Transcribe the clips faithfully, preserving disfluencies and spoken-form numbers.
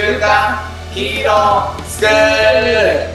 週刊ヒーロースクール。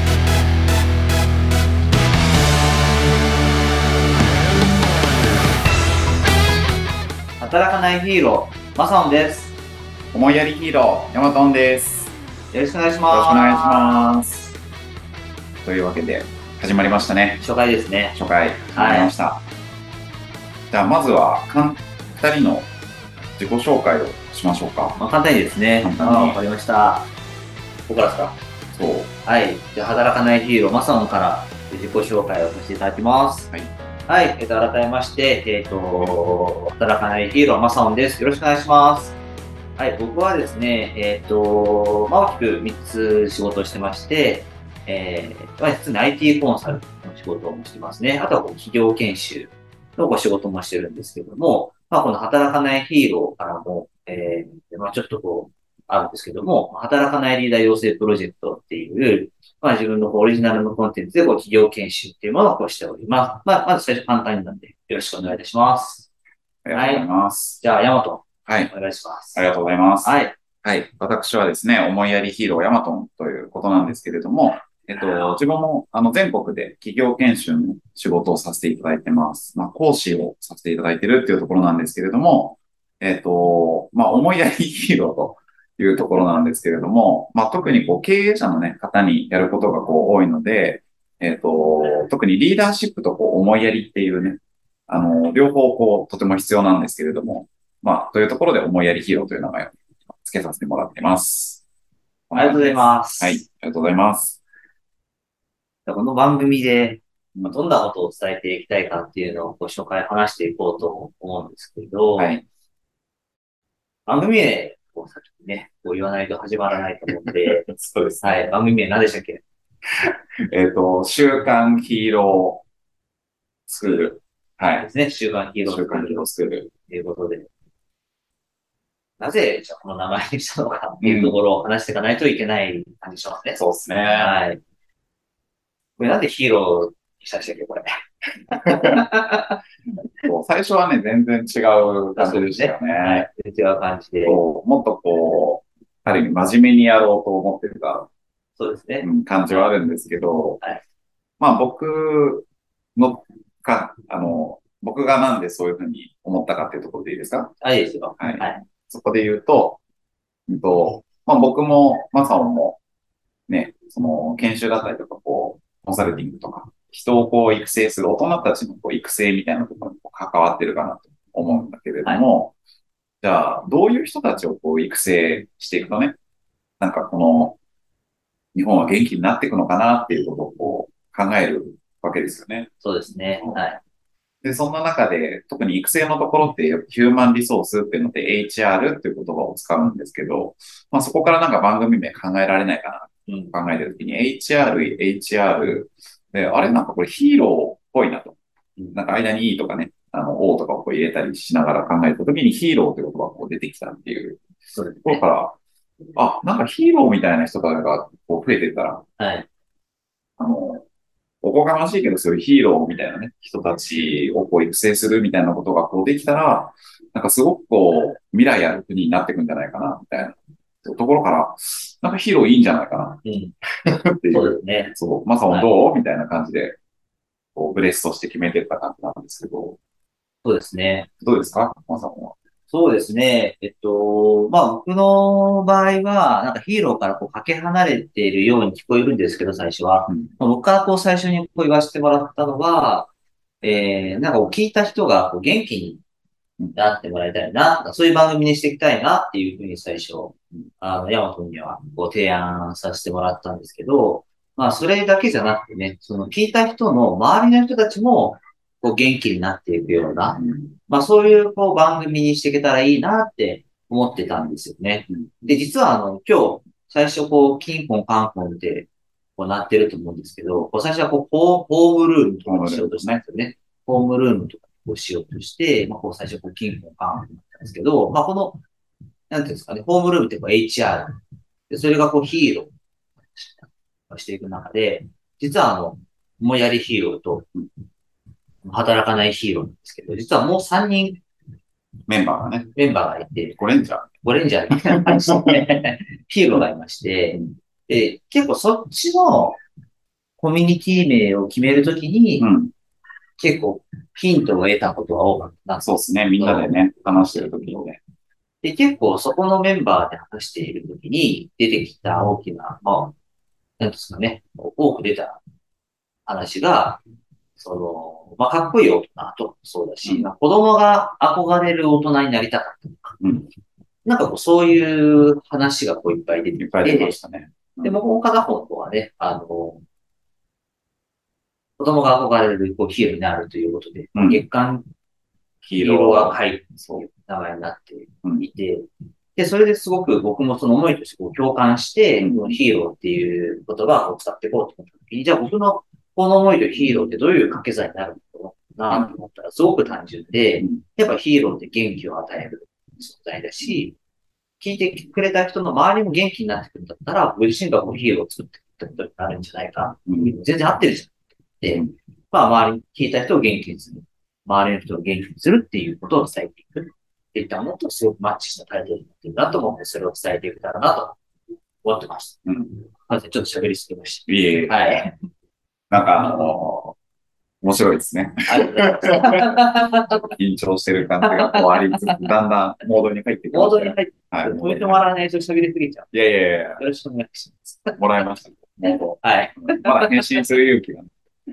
働かないヒーロー、マサオンです。 思いやりヒーロー、ヤマトンです。 よろしくお願いします。 よろしくお願いします。というわけで、始まりましたね。 初回ですね。 初回、始まりました。はい、じゃあ、まずは、かん、二人の自己紹介をしましょうか。 まあ、簡単にですね。 簡単に。 わかりました。ここからですか？ そう。 はい。じゃあ、働かないヒーロー、マサオンから自己紹介をさせていただきます。はい。はい。えっと、改めまして、えっと、働かないヒーロー、マサオンです。よろしくお願いします。はい。僕はですね、えっと、まあ、大きくみっつ仕事をしてまして、えー、まあ、普通に アイティー コンサルの仕事もしてますね。あとは企業研修のご仕事もしてるんですけども、まあ、この働かないヒーローからも、えー、まあ、ちょっとこう、あるんですけども、働かないリーダー養成プロジェクトっていう、まあ、自分のオリジナルのコンテンツでこう企業研修っていうものをこうしております。まあ、まず最初簡単なんで、よろしくお願いいたします。 ありがとうございます。 はい、じゃあ、ヤマト。 はい。 お願いします。 ありがとうございます。 はい。 はい。私はですね、思いやりヒーローヤマトンということなんですけれども、えっと、自分も、あの、全国で企業研修の仕事をさせていただいてます。まあ、講師をさせていただいてるっていうところなんですけれども、えっと、まあ、思いやりヒーローというところなんですけれども、まあ、特にこう、経営者のね、方にやることがこう、多いので、えっと、特にリーダーシップとこう、思いやりっていうね、あの、両方こう、とても必要なんですけれども、まあ、というところで思いやりヒーローという名前を付けさせてもらっています。 ありがとうございます。 はい、ありがとうございます。 この番組で、どんなことを伝えていきたいかっていうのをご紹介話していこうと思うんですけど、はい、番組名を先にね、こう言わないと始まらないと思うんで、 そうです、ね。 はい、番組名何でしたっけ？ えっと、週刊ヒーロースクール。はい。 ですね、週刊ヒーロースクール。週刊ヒーロースクール。 ということで、なぜ、じゃあこの名前にしたのかっていうところを話していかないといけない感じしますね。 うん、そうですね。 はい。これなんでヒーローにしたんでしたっけ、これ。 そう最初はね、全然違う感じでしたよね。はい、 全然違う感じで。 そうもっとこう、ある意味真面目にやろうと思ってた、 そうですね。 うん、感じはあるんですけど、 はい、 まあ僕のか、あの、僕がなんでそういうふうに思ったかっていうところでいいですか？ あ、いいですよ。 はい。 はい、 そこで言うと、うんと、まあ僕も、マサオも、ね、その、研修だったりとか、こう、コンサルティングとか、人をこう育成する大人たちのこう育成みたいなところに関わってるかなと思うんだけれども、はい、じゃあ、どういう人たちをこう育成していくとね、なんかこの、日本は元気になっていくのかなっていうことをこう考えるわけですよね。 そうですね。はい。 で、そんな中で、特に育成のところって、ヒューマンリソースっていうので エイチアール っていう言葉を使うんですけど、まあそこからなんか番組名考えられないかな、うん、考えてるときに エイチアール、エイチアール で、あれなんかこれヒーローっぽいなと。なんか間に E とかね、あの O とかをこう入れたりしながら考えたときにヒーローって言葉がこう出てきたっていうところから、あ、なんかヒーローみたいな人がこう増えてったら、はい、あの、おこがましいけど、そういうヒーローみたいなね、人たちをこう育成するみたいなことがこうできたら、なんかすごくこう、未来ある国になっていくんじゃないかな、みたいなところから、なんかヒーローいいんじゃないかな、うん、っていう。そうですね。そう、まさもどう、はい、みたいな感じで、こう、ブレスとして決めてった感じなんですけど。 そうですね。 どうですか、まさもは。 そうですね。えっと、まあ僕の場合は、なんかヒーローからこうかけ離れているように聞こえるんですけど、最初は。うん、僕からこう最初にこう言わせてもらったのは、えー、なんかこう聞いた人がこう元気になってもらいたいな、そういう番組にしていきたいなっていうふうに最初、あの、ヤマトにはご提案させてもらったんですけど、まあそれだけじゃなくてね、その聞いた人の周りの人たちも、こう元気になっていくような、まあそういうこう番組にしていけたらいいなって思ってたんですよね。で、実はあの、今日、最初こう、キンポンカンポンってこうなってると思うんですけど、こう最初はこう、ホーホームルームとかにしようとしたんですよね。ホームルームとかをしようとして、まあこう最初こう、キンポンカンポンだったんですけど、まあこの、なんていうんですかね、ホームルームってこう エイチアール。で、それがこうヒーローをしていく中で、実はあの、思いやりヒーローと、働かないヒーローなんですけど、実はもうさんにんメンバーがね。 メンバーがいて、 ゴレンジャー。 ゴレンジャーみたいな感じで、ヒーローがいまして、で、結構そっちのコミュニティ名を決めるときに、 うん。 結構ヒントを得たことが多かったな。 そうですね。みんなでね、話してるときにね。 で、結構そこのメンバーで話しているときに出てきた大きな、まあ、なんですかね、多く出た話が、その、まあ、かっこいい大人とかもそうだし、 うんまあ、子供が憧れる大人になりたかったとか、 うん。 なんかこうそういう話がこういっぱい出てきいっぱい出まて、 したね。うで、 ん。 もう片方はね、あの、子供が憧れるこうヒーローになるということで、 うん。 月刊ヒーヒーローアロカイとー。そう。 いう名前になってうん。 いて、で、それですごく僕もその思いとしてこう共感して、 うんこのヒーローっていう言葉を使っていこうと思った時に、じゃあ僕のこの思いとヒーローってどういう掛け算になるのかなと思ったら、すごく単純で、 うん。 やっぱヒーローって元気を与える存在だし、聞いてくれた人の周りも元気になってくるんだったら、ご自身がこうヒーローを作っていくことになるんじゃないか。 うん。 全然合ってるじゃん。で、まあ周りに聞いた人を元気にする。周りの人を元気にするっていうことを伝えていく。っていったものとすごくマッチしたタイトルになっているなと思って、それを伝えていけたらなと思ってます。 うん。 まずちょっと喋りすぎましいえ、 た。はい。 なんかあのー面白いですね。 ありがとうございます。 緊張してる感じが終わりつつ、だんだんモードに入ってきましたね。 モードに入って、 はい。 止めてもらわないと喋りすぎちゃう。 いやいやいやいや、 よろしくお願いします。 もらいました。モード。 はい。 まだ返信する勇気が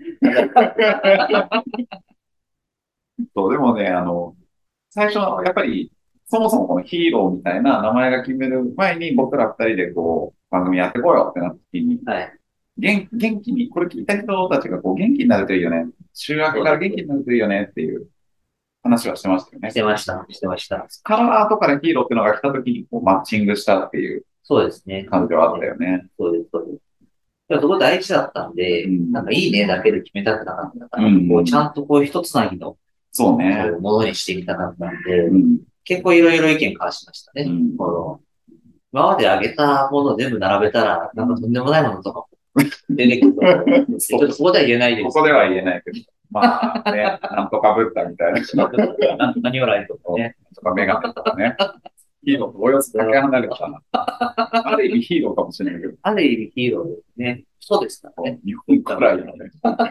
ない。そう、でもね、あの、最初の、やっぱり、そもそもこのヒーローみたいな名前が決める前に僕ら二人でこう、番組やってこうよってなった時に、 はい。 元元気に、これ聞いた人たちがこう元気になるといいよね。週明けから元気になるといいよねっていう話はしてましたよね。 してました。してました。 から後からヒーローっていうのが来た時にこうマッチングしたっていうそうですね。 感じはあったよね。 そうです、そうです。いやそこ大事だったんで、 うん、 なんかいいねだけで決めたくなかったから、 うん、 こうちゃんとこう一つなぎのそうね。 ものにしてみたかったんで、 うん、 結構いろいろ意見交わしましたね。 うん、 この今まであげたものを全部並べたら、なんかとんでもないものとかも出てくると思う。ちょっとそこでは言えないです。 ここでは言えないけど。まあね、なんとかぶったみたいな。 な何をライトとかね。 とかメガネとかね。ヒーローとおよそかけ離れた。ある意味ヒーローかもしれないけど。 ある意味ヒーローですね。そうですからね。 日本くらいのね。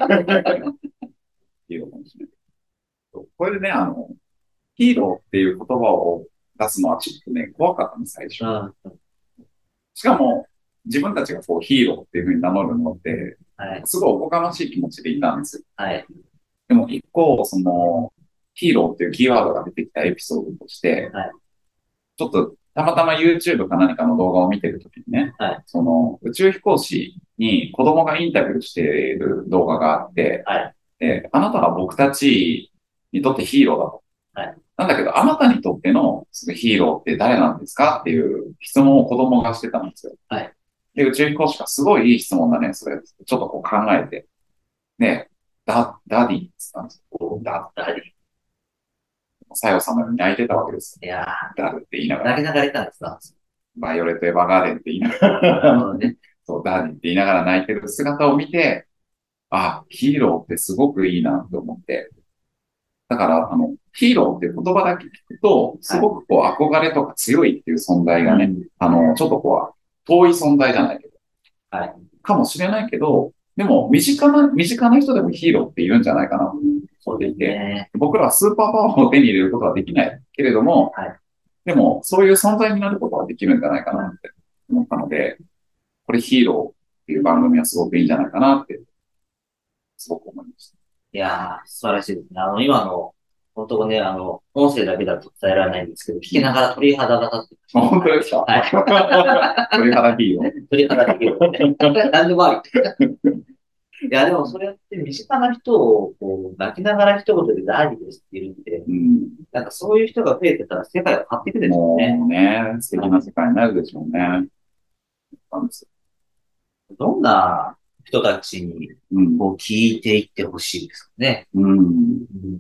ヒーローかもしれない。これでね、あの、ヒーローっていう言葉を出すのはちょっとね、怖かったの、最初。 うんしかも、自分たちがこうヒーローっていうふうに名乗るのって、 はい。 すごいおこがましい気持ちでいたんですよ。 はい。 でも一個、その、ヒーローっていうキーワードが出てきたエピソードとして、 はい。 ちょっとたまたま YouTube か何かの動画を見てるときにね、 はい。 その宇宙飛行士に子供がインタビューしている動画があって、 はい。 で、あなたは僕たちにとってヒーローだと。 はい。 なんだけど、あなたにとってのそのヒーローって誰なんですかっていう質問を子供がしてたんですよ。 はい。 で、宇宙飛行士がすごいいい質問だね、それ。ちょっとこう考えて。ね、ダ、ダディって言ったんですよ。ダ、 ダディ。 さよさんのように泣いてたわけです。 いやダルって言いながー、泣ら。 きながら言ったんですか？ バイオレット・エヴァーガーデンって言いながなるほら。 どね。 そう、ダーディって言いながら泣いてる姿を見て、あ、ヒーローってすごくいいなと思って。だから、あの、ヒーローっていう言葉だけ聞くと、すごくこう、憧れとか強いっていう存在がね、あの、ちょっとこう、遠い存在じゃないけど、 はい。 かもしれないけど、でも、身近な、身近な人でもヒーローって言うんじゃないかなと思っていて、 ね。 僕らはスーパーパワーを手に入れることはできないけれども、 はい。 でも、そういう存在になることはできるんじゃないかなって思ったので、これヒーローっていう番組はすごくいいんじゃないかなって、すごく思いました。 いやー、素晴らしいですね。あの、今の、本当ね、あの、音声だけだと伝えられないんですけど、聞きながら鳥肌が立ってまし本当ですか？ た。は鳥肌ヒーロー。 い。鳥肌できる。何でもある。いや、でもそれって身近な人を、こう、泣きながら一言でダーリーですって言うんで、 うん、 なんかそういう人が増えてたら世界は変わっていくでしょうね。 もうね、素敵な世界になるでしょうね。なんですどんな人たちに、 うん、 こう、聞いていってほしいですかね。 うん、 うん。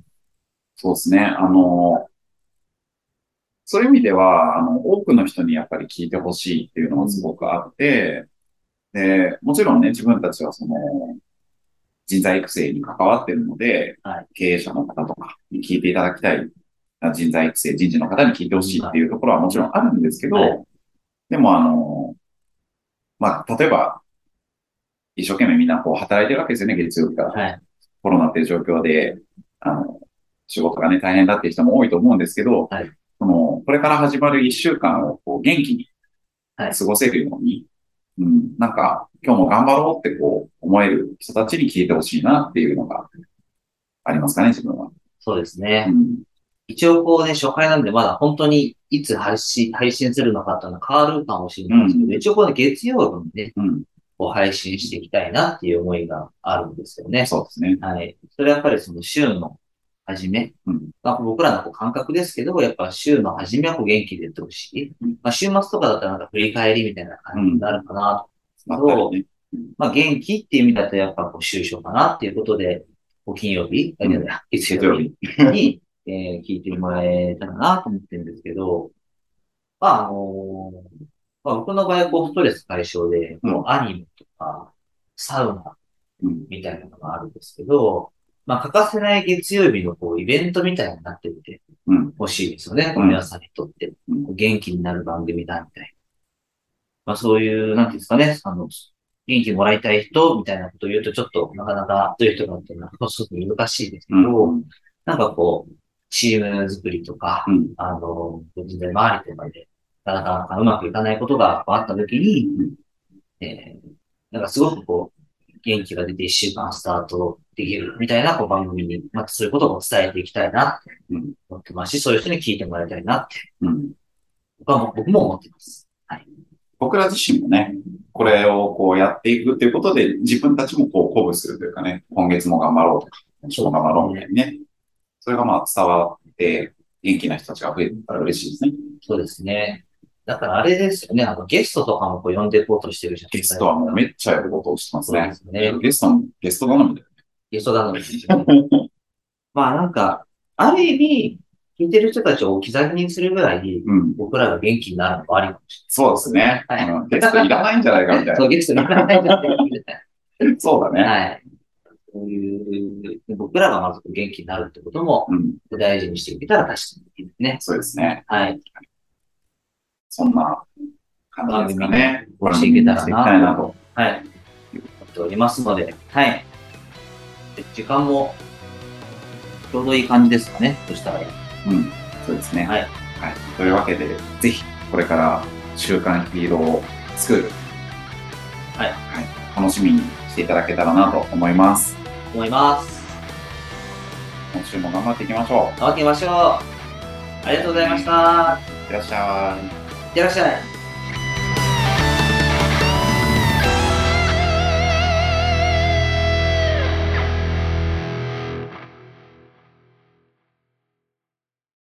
そうですね。あの、そういう意味では、あの、多くの人にやっぱり聞いてほしいっていうのがすごくあって、で、もちろんね、自分たちはその、人材育成に関わっているので、 はい。 経営者の方とかに聞いていただきたい人材育成、人事の方に聞いてほしいっていうところはもちろんあるんですけど、 はい、 でもあの、まあ、例えば、一生懸命みんなこう働いてるわけですよね、月曜日から。 はい、 コロナっていう状況で、あの、仕事がね、大変だっていう人も多いと思うんですけど、 はい、 その、これから始まる一週間をこう元気にはい。 過ごせるように、うん、なんか、今日も頑張ろうってこう、思える人たちに聞いてほしいなっていうのがありますかね、自分は。 そうですね。 うん、 一応こうね、初回なんでまだ本当にいつ配信、配信するのかっていうのは変わるかもしれうん、 ないですけど、一応この月曜日にね、 うん、 こう配信していきたいなっていう思いがあるんですよね。 そうですね。 はい。それはやっぱりその週の初め、 うん、 まあ、僕らのこう感覚ですけど、やっぱ週の初めはこう元気でやってほしい。 うん、 まあ、週末とかだったらなんか振り返りみたいなうん、 感じになるかなとあ思うんですけど、 ったりね。うん、 まあ、元気っていう意味だとやっぱこう週初かなっていうことで、こう金曜日、あ、 うん、 いやいや月曜日月曜日。 に、えー聞いてもらえたらなと思ってるんですけど、まあ、あのーまあ、僕の場合はこうストレス解消で、 うん、 こうアニメとか、サウナうん、 みたいなのがあるんですけど、まあ、欠かせない月曜日のこうイベントみたいになっててうん、 ほしいですよね。こうん、 う皆さんにとって。 うん、 こう元気になる番組だみたいな。まあ、そういう、なんていうんですかね、あの、元気もらいたい人みたいなことを言うとちょっとなかなかどういう人かっていうのはすごく難しいですけうん、うど、 ん、 なんかこう、チーム作りとか、 うん、 あの、人材周りとかで、なかなかうまくいかないことがあったときに、えー、なんかすごくこう、元気が出て一週間スタートできるみたいなこう番組に、またそういうことを伝えていきたいなってうん、 思ってますし、そういう人に聞いてもらいたいなってうん。 僕はも僕も思っています。はい。 僕ら自身もね、これをこうやっていくっていうことで、自分たちもこう鼓舞するというかね、今月も頑張ろうとか、今週そうでも頑張ろうみたいすね。 にね、それがまあ伝わって、元気な人たちが増えてたら嬉しいですね。 そうですね。だからあれですよね。あの、ゲストとかもこう呼んでいこうとしてるじゃないですか。 ゲストはもうめっちゃやることをしてますそうでね。 すね。 ゲストの、ゲスト頼みで。 ゲスト頼みですよね。まあなんか、ある意味、聞いてる人たちを置き去りにするぐらい、 うん。 僕らが元気になるのもありかもしそうですね。 れない。はい。 うん、ゲストいらないんじゃないかみたいそう、ゲストいらないんじゃないかみたいな。そうだな。 ね。 はい。そういう、僕らがまず元気になるってこともうん。 大事にしていけたら確かにいいですね。 そうですね。 はい。 そんな感じですか番組にね。 こうしていけたらしていきたいななと、 と。 はい、思っておりますので、はい。で時間もちょうどいい感じですかね。そしたら。 うん。そうですね。 はい。 はい。というわけで、ぜひ、これから週刊ヒーロースクール、 はい。 はい、楽しみにしていただけたらなと思います。 思います。 今週も頑張っていきましょう。 頑張っていきましょう。ありがとうございました。 いってらっしゃい。 いってらっしゃい。